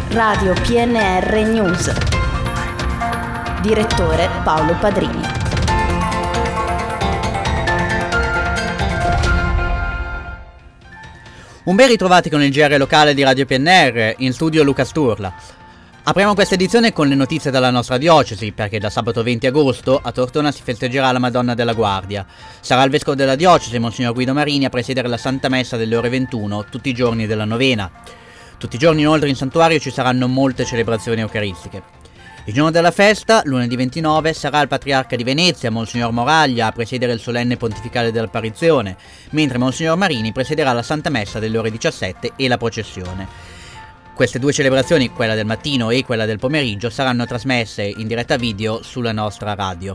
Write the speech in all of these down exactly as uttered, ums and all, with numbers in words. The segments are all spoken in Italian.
Radio P N R News. Direttore Paolo Padrini. Un ben ritrovati con il G R locale di Radio P N R, in studio Luca Sturla. Apriamo questa edizione con le notizie dalla nostra diocesi, perché da sabato venti agosto a Tortona si festeggerà la Madonna della Guardia. Sarà il vescovo della diocesi, Monsignor Guido Marini, a presiedere la Santa Messa delle ore ventuno, tutti i giorni della novena. Tutti i giorni inoltre in santuario ci saranno molte celebrazioni eucaristiche. Il giorno della festa, lunedì ventinove, sarà il Patriarca di Venezia, Monsignor Moraglia, a presiedere il solenne pontificale dell'apparizione, mentre Monsignor Marini presiederà la Santa Messa delle ore diciassette e la processione. Queste due celebrazioni, quella del mattino e quella del pomeriggio, saranno trasmesse in diretta video sulla nostra radio.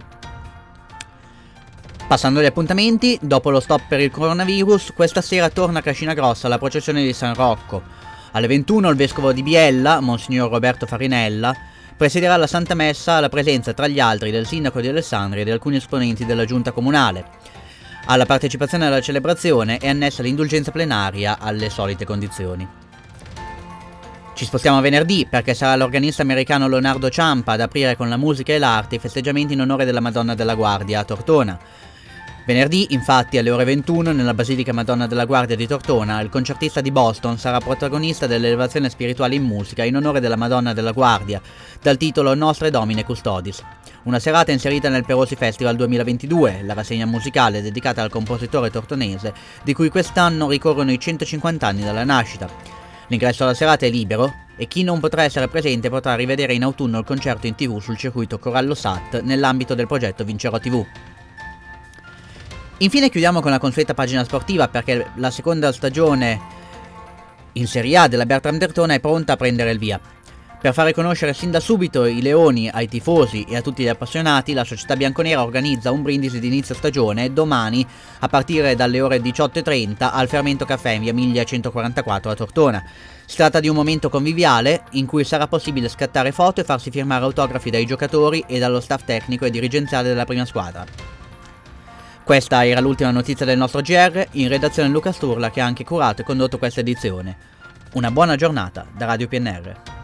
Passando agli appuntamenti, dopo lo stop per il coronavirus, questa sera torna a Cascina Grossa la processione di San Rocco. Alle ventuno il vescovo di Biella, Monsignor Roberto Farinella, presiederà la Santa Messa alla presenza tra gli altri del sindaco di Alessandria e di alcuni esponenti della giunta comunale. Alla partecipazione alla celebrazione è annessa l'indulgenza plenaria alle solite condizioni. Ci spostiamo a venerdì perché sarà l'organista americano Leonardo Ciampa ad aprire con la musica e l'arte i festeggiamenti in onore della Madonna della Guardia a Tortona. Venerdì, infatti, alle ore ventuno, nella Basilica Madonna della Guardia di Tortona, il concertista di Boston sarà protagonista dell'elevazione spirituale in musica in onore della Madonna della Guardia, dal titolo Nostre Domine Custodis. Una serata inserita nel Perosi Festival duemilaventidue, la rassegna musicale dedicata al compositore tortonese, di cui quest'anno ricorrono i centocinquanta anni dalla nascita. L'ingresso alla serata è libero e chi non potrà essere presente potrà rivedere in autunno il concerto in tv sul circuito Corallo Sat nell'ambito del progetto Vincerò tivù. Infine chiudiamo con la consueta pagina sportiva perché la seconda stagione in Serie A della Bertram Dertona è pronta a prendere il via. Per fare conoscere sin da subito i leoni ai tifosi e a tutti gli appassionati, la società bianconera organizza un brindisi di inizio stagione domani a partire dalle ore diciotto e trenta al Fermento Caffè in via Miglia centoquarantaquattro a Tortona. Si tratta di un momento conviviale in cui sarà possibile scattare foto e farsi firmare autografi dai giocatori e dallo staff tecnico e dirigenziale della prima squadra. Questa era l'ultima notizia del nostro G R, in redazione Luca Sturla che ha anche curato e condotto questa edizione. Una buona giornata da Radio P N R.